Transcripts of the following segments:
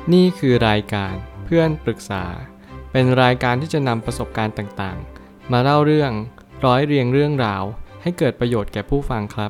นี่คือรายการเพื่อนปรึกษาเป็นรายการที่จะนำประสบการณ์ต่างๆมาเล่าเรื่องร้อยเรียงเรื่องราวให้เกิดประโยชน์แก่ผู้ฟังครับ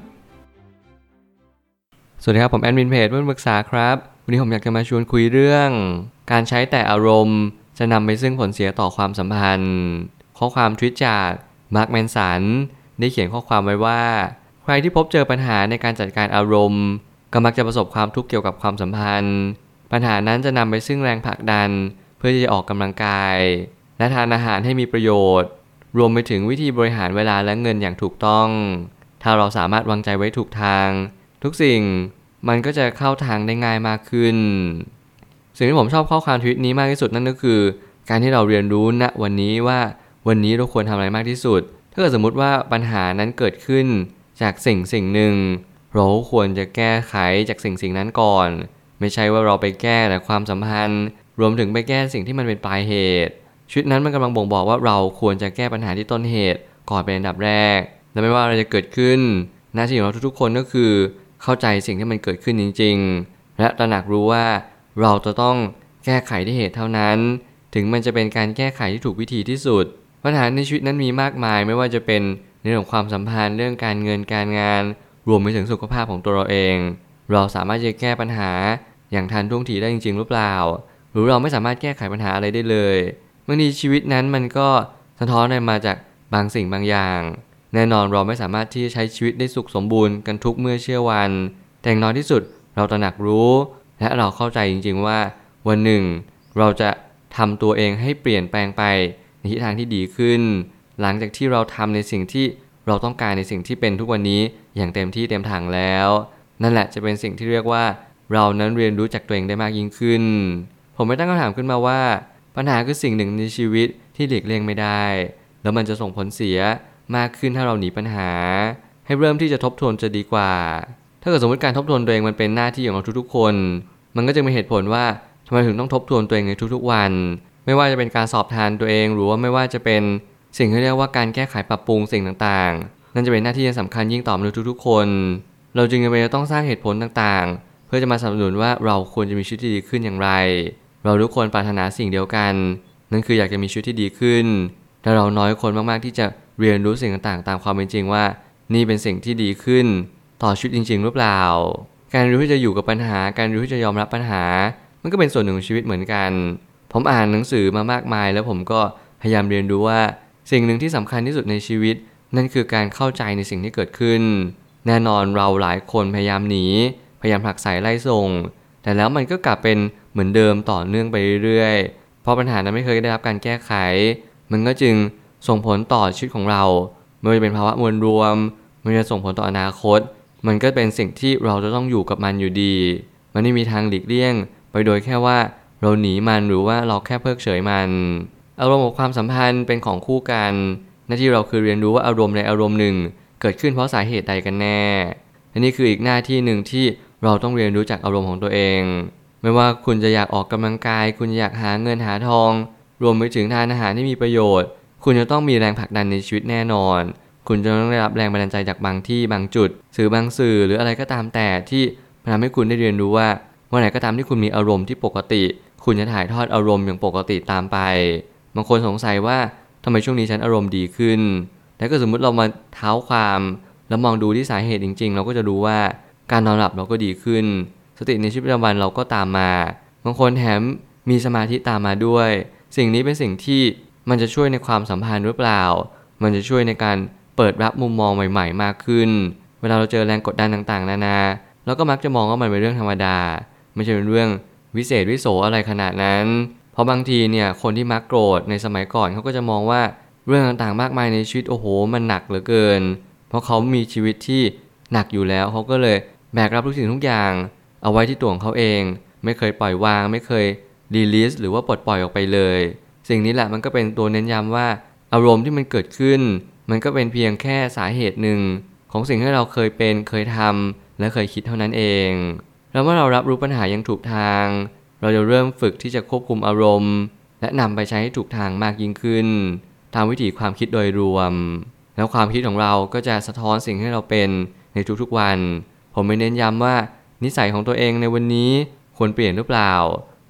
สวัสดีครับผมแอดมินเพจเพื่อนปรึกษาครับวันนี้ผมอยากจะมาชวนคุยเรื่องการใช้แต่อารมณ์จะนำไปซึ่งผลเสียต่อความสัมพันธ์ข้อความทวิตจากมาร์คแมนสันได้เขียนข้อความไว้ว่าใครที่พบเจอปัญหาในการจัดการอารมณ์ก็มักจะประสบความทุกข์เกี่ยวกับความสัมพันธ์ปัญหานั้นจะนำไปซึ่งแรงผลักดันเพื่อที่จะออกกำลังกายและทานอาหารให้มีประโยชน์รวมไปถึงวิธีบริหารเวลาและเงินอย่างถูกต้องถ้าเราสามารถวางใจไว้ถูกทางทุกสิ่งมันก็จะเข้าทางได้ง่ายมากขึ้นสิ่งที่ผมชอบข้อความทวิตนี้มากที่สุดนั่นก็คือการที่เราเรียนรู้ณวันนี้ว่าวันนี้เราควรทำอะไรมากที่สุดถ้าเกิดสมมติว่าปัญหานั้นเกิดขึ้นจากสิ่งหนึ่งเราควรจะแก้ไขจากสิ่งนั้นก่อนไม่ใช่ว่าเราไปแก้แต่ความสัมพันธ์รวมถึงไปแก้สิ่งที่มันเป็นปลายเหตุชีวิตนั้นมันกำลังบ่งบอกว่าเราควรจะแก้ปัญหาที่ต้นเหตุก่อนเป็นอันดับแรกและไม่ว่าอะไรจะเกิดขึ้นหน้าที่ของเราทุกๆคนก็คือเข้าใจสิ่งที่มันเกิดขึ้นจริงๆและตระหนักรู้ว่าเราจะต้องแก้ไขที่เหตุเท่านั้นถึงมันจะเป็นการแก้ไขที่ถูกวิธีที่สุดปัญหาในชีวิตนั้นมีมากมายไม่ว่าจะเป็นในเรื่องของความสัมพันธ์เรื่องการเงินการงานรวมไปถึงสุขภาพของตัวเราเองเราสามารถจะแก้ปัญหาอย่างทันท่วงทีได้จริงๆหรือเปล่าหรือเราไม่สามารถแก้ไขปัญหาอะไรได้เลยบางทีชีวิตนั้นมันก็สะท้อนมาจากบางสิ่งบางอย่างแน่นอนเราไม่สามารถที่จะใช้ชีวิตได้สุขสมบูรณ์กันทุกเมื่อเชื่อวันแต่อย่างน้อยที่สุดเราตระหนักรู้และเราเข้าใจจริงๆว่าวันหนึ่งเราจะทำตัวเองให้เปลี่ยนแปลงไปในทิศทางที่ดีขึ้นหลังจากที่เราทำในสิ่งที่เราต้องการในสิ่งที่เป็นทุกวันนี้อย่างเต็มที่เต็มทางแล้วนั่นแหละจะเป็นสิ่งที่เรียกว่าเรานั้นเรียนรู้จากตัวเองได้มากยิ่งขึ้นผมไม่ตั้งคำถามขึ้นมาว่าปัญหาคือสิ่งหนึ่งในชีวิตที่หลีกเลี่ยงไม่ได้แล้วมันจะส่งผลเสียมากขึ้นถ้าเราหนีปัญหาให้เริ่มที่จะทบทวนจะดีกว่าถ้าเกิดสมมติการทบทวนตัวเองมันเป็นหน้าที่ของเราทุกๆคนมันก็จะมีเหตุผลว่าทำไมถึงต้องทบทวนตัวเองในทุกๆวันไม่ว่าจะเป็นการสอบทานตัวเองหรือว่าไม่ว่าจะเป็นสิ่งที่เรียกว่าการแก้ไขปรับปรุงสิ่งต่างๆนั่นจะเป็นหน้าที่สำคัญยิ่งต่อมนุษย์ทุกๆคนเราจึงจำเป็นจะต้องสร้างเหตุผลต่างๆเพื่อจะมาสนับสนุนว่าเราควรจะมีชีวิตที่ดีขึ้นอย่างไรเราทุกคนปรารถนาสิ่งเดียวกันนั่นคืออยากจะมีชีวิตที่ดีขึ้นแต่เราน้อยคนมากๆที่จะเรียนรู้สิ่งต่างๆตามความเป็นจริงว่านี่เป็นสิ่งที่ดีขึ้นต่อชีวิตจริงๆหรือเปล่าการรู้ที่จะอยู่กับปัญหาการรู้ที่จะยอมรับปัญหามันก็เป็นส่วนหนึ่งของชีวิตเหมือนกันผมอ่านหนังสือมามากมายแล้วผมก็พยายามเรียนรู้ว่าสิ่งหนึ่งที่สำคัญที่สุดในชีวิตนั่นคือการเข้าใจในสิ่งที่เกิดขึ้นแน่นอนเราหลายคนพยายามหนีพยายามผลักไสไล่ส่งแต่แล้วมันก็กลับเป็นเหมือนเดิมต่อเนื่องไปเรื่อยๆเพราะปัญหานั้นไม่เคยได้รับการแก้ไขมันก็จึงส่งผลต่อชีวิตของเราไม่ว่าจะเป็นภาวะมวลรวมมันจะส่งผลต่ออนาคตมันก็เป็นสิ่งที่เราจะต้องอยู่กับมันอยู่ดีมันไม่มีทางหลีกเลี่ยงไปโดยแค่ว่าเราหนีมันหรือว่าเราแค่เพิกเฉยมันอารมณ์กับความสัมพันธ์เป็นของคู่กันหน้าที่เราคือเรียนรู้ว่าอารมณ์ในอารมณ์หนึ่งเกิดขึ้นเพราะสาเหตุใดกันแน่และนี่คืออีกหน้าที่หนึ่งที่เราต้องเรียนรู้จากอารมณ์ของตัวเองไม่ว่าคุณจะอยากออกกำลังกายคุณอยากหาเงินหาทองรวมไปถึงทานอาหารที่มีประโยชน์คุณจะต้องมีแรงผลักดันในชีวิตแน่นอนคุณจะต้องได้รับแรงบันดาลใจจากบางที่บางจุดบางสื่อหรืออะไรก็ตามแต่ที่ทำให้คุณได้เรียนรู้ว่าเมื่อไหร่ก็ตามที่คุณมีอารมณ์ที่ปกติคุณจะถ่ายทอดอารมณ์อย่างปกติตามไปบางคนสงสัยว่าทำไมช่วงนี้ฉันอารมณ์ดีขึ้นแต่ก็สมมุติเรามาเท้าความแล้วมองดูที่สาเหตุจริงๆเราก็จะรู้ว่าการนอนหลับเราก็ดีขึ้นสติในชีวิตประจำวันเราก็ตามมาบางคนแถมมีสมาธิตามมาด้วยสิ่งนี้เป็นสิ่งที่มันจะช่วยในความสัมพันธ์หรือเปล่ามันจะช่วยในการเปิดรับมุมมองใหม่ๆมากขึ้นเวลาเราเจอแรงกดดันต่างๆนานาเราก็มักจะมองว่ามันเป็นเรื่องธรรมดาไม่ใช่เป็นเรื่องวิเศษวิโสอะไรขนาดนั้นเพราะบางทีเนี่ยคนที่มักโกรธในสมัยก่อนเขาก็จะมองว่าเรื่องต่างๆมากมายในชีวิตโอ้โหมันหนักเหลือเกินเพราะเขามีชีวิตที่หนักอยู่แล้วเขาก็เลยแบกรับทุกสิ่งทุกอย่างเอาไว้ที่ตัวของเขาเองไม่เคยปล่อยวางไม่เคยรีลีสหรือว่าปลดปล่อยออกไปเลยสิ่งนี้แหละมันก็เป็นตัวเน้นย้ำว่าอารมณ์ที่มันเกิดขึ้นมันก็เป็นเพียงแค่สาเหตุหนึ่งของสิ่งที่เราเคยเป็นเคยทำและเคยคิดเท่านั้นเองแล้วเมื่อเรารับรู้ปัญหาอย่างถูกทางเราจะเริ่มฝึกที่จะควบคุมอารมณ์และนำไปใช้ให้ถูกทางมากยิ่งขึ้นตามวิถีความคิดโดยรวมแล้วความคิดของเราก็จะสะท้อนสิ่งที่เราเป็นในทุกๆวันผมไม่เน้นย้ำว่านิสัยของตัวเองในวันนี้ควรเปลี่ยนหรือเปล่า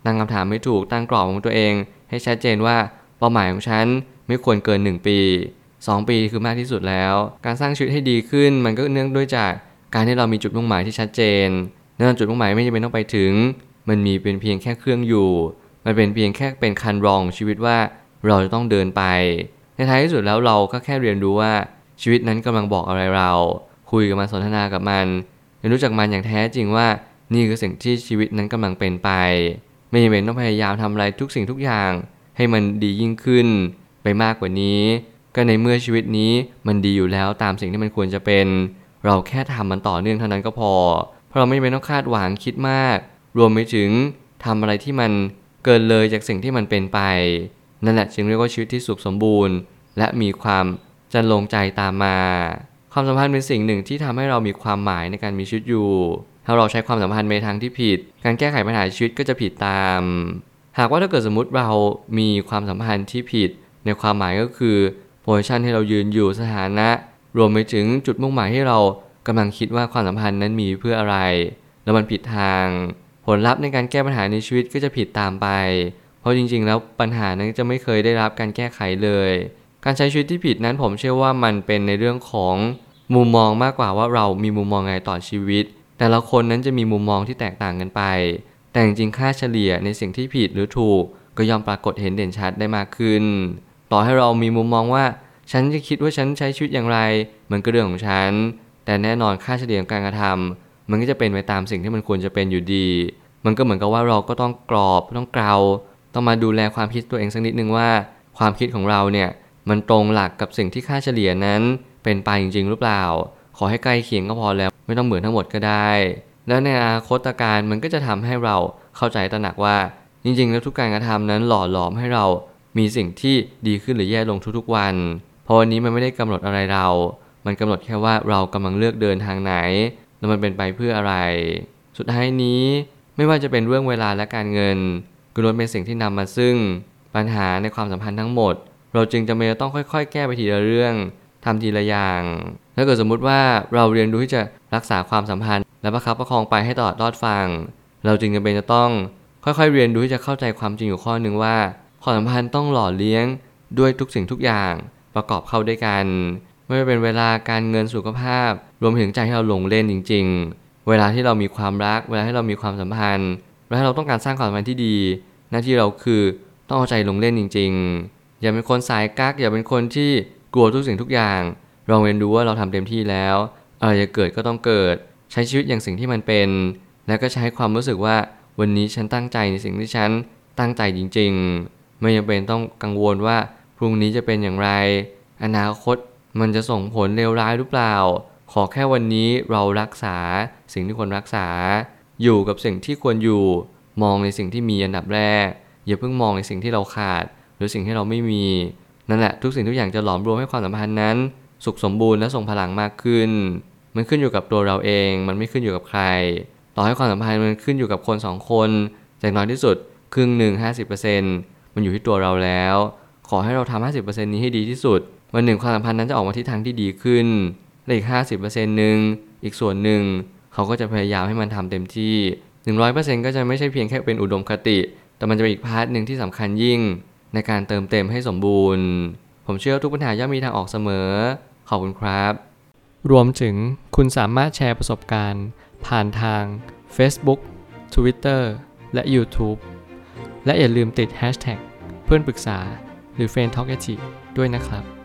ตั้งคำถามไม่ถูกตั้งกรอบของตัวเองให้ชัดเจนว่าเป้าหมายของฉันไม่ควรเกิน1 ปี2 ปีคือมากที่สุดแล้วการสร้างชีวิตให้ดีขึ้นมันก็เนื่องด้วยจากการที่เรามีจุดมุ่งหมายที่ชัดเจนแน่นอนจุดมุ่งหมายไม่จำเป็นต้องไปถึงมันมีเป็นเพียงแค่เครื่องอยู่มันเป็นเพียงแค่เป็นคันรองของชีวิตว่าเราจะต้องเดินไปในท้ายที่สุดแล้วเราก็แค่เรียนรู้ว่าชีวิตนั้นกำลังบอกอะไรเราคุยกับมันสนทนากับมันเรียนรู้จักมันอย่างแท้จริงว่านี่คือสิ่งที่ชีวิตนั้นกำลังเป็นไปไม่จำเป็นต้องพยายามทำอะไรทุกสิ่งทุกอย่างให้มันดียิ่งขึ้นไปมากกว่านี้ก็ในเมื่อชีวิตนี้มันดีอยู่แล้วตามสิ่งที่มันควรจะเป็นเราแค่ทำมันต่อเนื่องเท่านั้นก็พอเพราะเราไม่จำเป็นต้องคาดหวังคิดมากรวมไปถึงทำอะไรที่มันเกินเลยจากสิ่งที่มันเป็นไปนั่นแหละจึงเรียกว่าชีวิตที่สุขสมบูรณ์และมีความจันลงใจตามมาความสัมพันธ์เป็นสิ่งหนึ่งที่ทำให้เรามีความหมายในการมีชีวิตอยู่ถ้าเราใช้ความสัมพันธ์ในทางที่ผิดการแก้ไขปัญหาชีวิตก็จะผิดตามหากว่าถ้าเกิดสมมติเรามีความสัมพันธ์ที่ผิดในความหมายก็คือโพสิชันที่เรายืนอยู่สถานะรวมไปถึงจุดมุ่งหมายที่เรากำลังคิดว่าความสัมพันธ์นั้นมีเพื่ออะไรแล้วมันผิดทางผลลัพธ์ในการแก้ปัญหาในชีวิตก็จะผิดตามไปเพราะจริงๆแล้วปัญหานั้นจะไม่เคยได้รับการแก้ไขเลยการใช้ชีวิตที่ผิดนั้นผมเชื่อว่ามันเป็นในเรื่องของมุมมองมากกว่าว่าเรามีมุมมองไงต่อชีวิตแต่ละคนนั้นจะมีมุมมองที่แตกต่างกันไปแต่จริงๆค่าเฉลี่ยในสิ่งที่ผิดหรือถูกก็ย่อมปรากฏเห็นเด่นชัดได้มากขึ้นต่อให้เรามีมุมมองว่าฉันจะคิดว่าฉันใช้ชีวิตอย่างไรมันก็เรื่องของฉันแต่แน่นอนค่าเฉลี่ยของการกระทำมันก็จะเป็นไปตามสิ่งที่มันควรจะเป็นอยู่ดีมันก็เหมือนกับว่าเราก็ต้องกรอบต้องเกลาต้องมาดูแลความคิดตัวเองสักนิดนึงว่าความคิดของเราเนี่ยมันตรงหลักกับสิ่งที่ค่าเฉลี่ยนั้นเป็นไปจริงๆหรือเปล่าขอให้ใกล้เคียงก็พอแล้วไม่ต้องเหมือนทั้งหมดก็ได้แล้วในอนาคตการมันก็จะทำให้เราเข้าใจตระหนักว่าจริงๆแล้วทุกการกระทำนั้นหล่อหลอมให้เรามีสิ่งที่ดีขึ้นหรือแย่ลงทุกๆวันเพราะวันนี้มันไม่ได้กำหนดอะไรเรามันกำหนดแค่ว่าเรากำลังเลือกเดินทางไหนแล้วมันเป็นไปเพื่ออะไรสุดท้ายนี้ไม่ว่าจะเป็นเรื่องเวลาและการเงินก็ล้วนเป็นสิ่งที่นำมาซึ่งปัญหาในความสัมพันธ์ทั้งหมดเราจึงจำเป็นต้องค่อยๆแก้ไปทีละเรื่องทำทีละอย่างถ้าเกิดสมมุติว่าเราเรียนรู้ที่จะรักษาความสัมพันธ์และประคับประคองไปให้ตลอดรอดฟังเราจึงจำเป็นจะต้องค่อยๆเรียนรู้ที่จะเข้าใจความจริงอยู่ข้อหนึ่งว่าความสัมพันธ์ต้องหล่อเลี้ยงด้วยทุกสิ่งทุกอย่างประกอบเข้าด้วยกันไม่ว่าเป็นเวลาการเงินสุขภาพรวมถึงใจที่เราหลงเล่นจริงๆเวลาที่เรามีความรักเวลาที่เรามีความสัมพันธ์เวลาที่เราต้องการสร้างความสัมพันธ์ที่ดีหน้าที่เราคือต้องเอาใจลงเล่นจริงๆอย่าเป็นคนสายกั๊กอย่าเป็นคนที่กลัวทุกสิ่งทุกอย่างลองเรียนรู้ว่าเราทำเต็มที่แล้วอะไรจะเกิดก็ต้องเกิดใช้ชีวิตอย่างสิ่งที่มันเป็นแล้วก็ใช้ความรู้สึกว่าวันนี้ฉันตั้งใจในสิ่งที่ฉันตั้งใจจริงๆไม่จำเป็นต้องกังวลว่าพรุ่งนี้จะเป็นอย่างไรอนาคตมันจะส่งผลเลวร้ายหรือเปล่าขอแค่วันนี้เรารักษาสิ่งที่ควรรักษาอยู่กับสิ่งที่ควรอยู่มองในสิ่งที่มีอันดับแรกอย่าเพิ่งมองในสิ่งที่เราขาดหรือสิ่งที่เราไม่มีนั่นแหละทุกสิ่งทุกอย่างจะหลอมรวมให้ความสัมพันธ์นั้นสุขสมบูรณ์และทรงพลังมากขึ้นมันขึ้นอยู่กับตัวเราเองมันไม่ขึ้นอยู่กับใครต่อให้ความสัมพันธ์มันขึ้นอยู่กับคนสองคนแต่น้อยที่สุดครึ่งหนึ่ง 50% มันอยู่ที่ตัวเราแล้วขอให้เราทำ 50% นี้ให้ดีที่สุดวันหนึ่งความสัมพันธ์นั้นจะออกมาทิศทางที่ดีขึ้นและอีก 50% นึงอีกส่วนหนึ่งเขาก็จะพยายามให้มันทำเต็มที่ 100% ก็จะไม่ใช่เพียงแค่เป็นอุดมคติแต่มันจะเป็นอีกพาร์ทนึงที่สำคัญยิ่งในการเติมเต็มให้สมบูรณ์ผมเชื่อว่าทุกปัญหาย่อมมีทางออกเสมอขอบคุณครับรวมถึงคุณสามารถแชร์ประสบการณ์ผ่านทาง Facebook Twitter และ YouTube และอย่าลืมติด Hashtag เพื่อนปรึกษาหรือ Friend Talk ด้วยนะครับ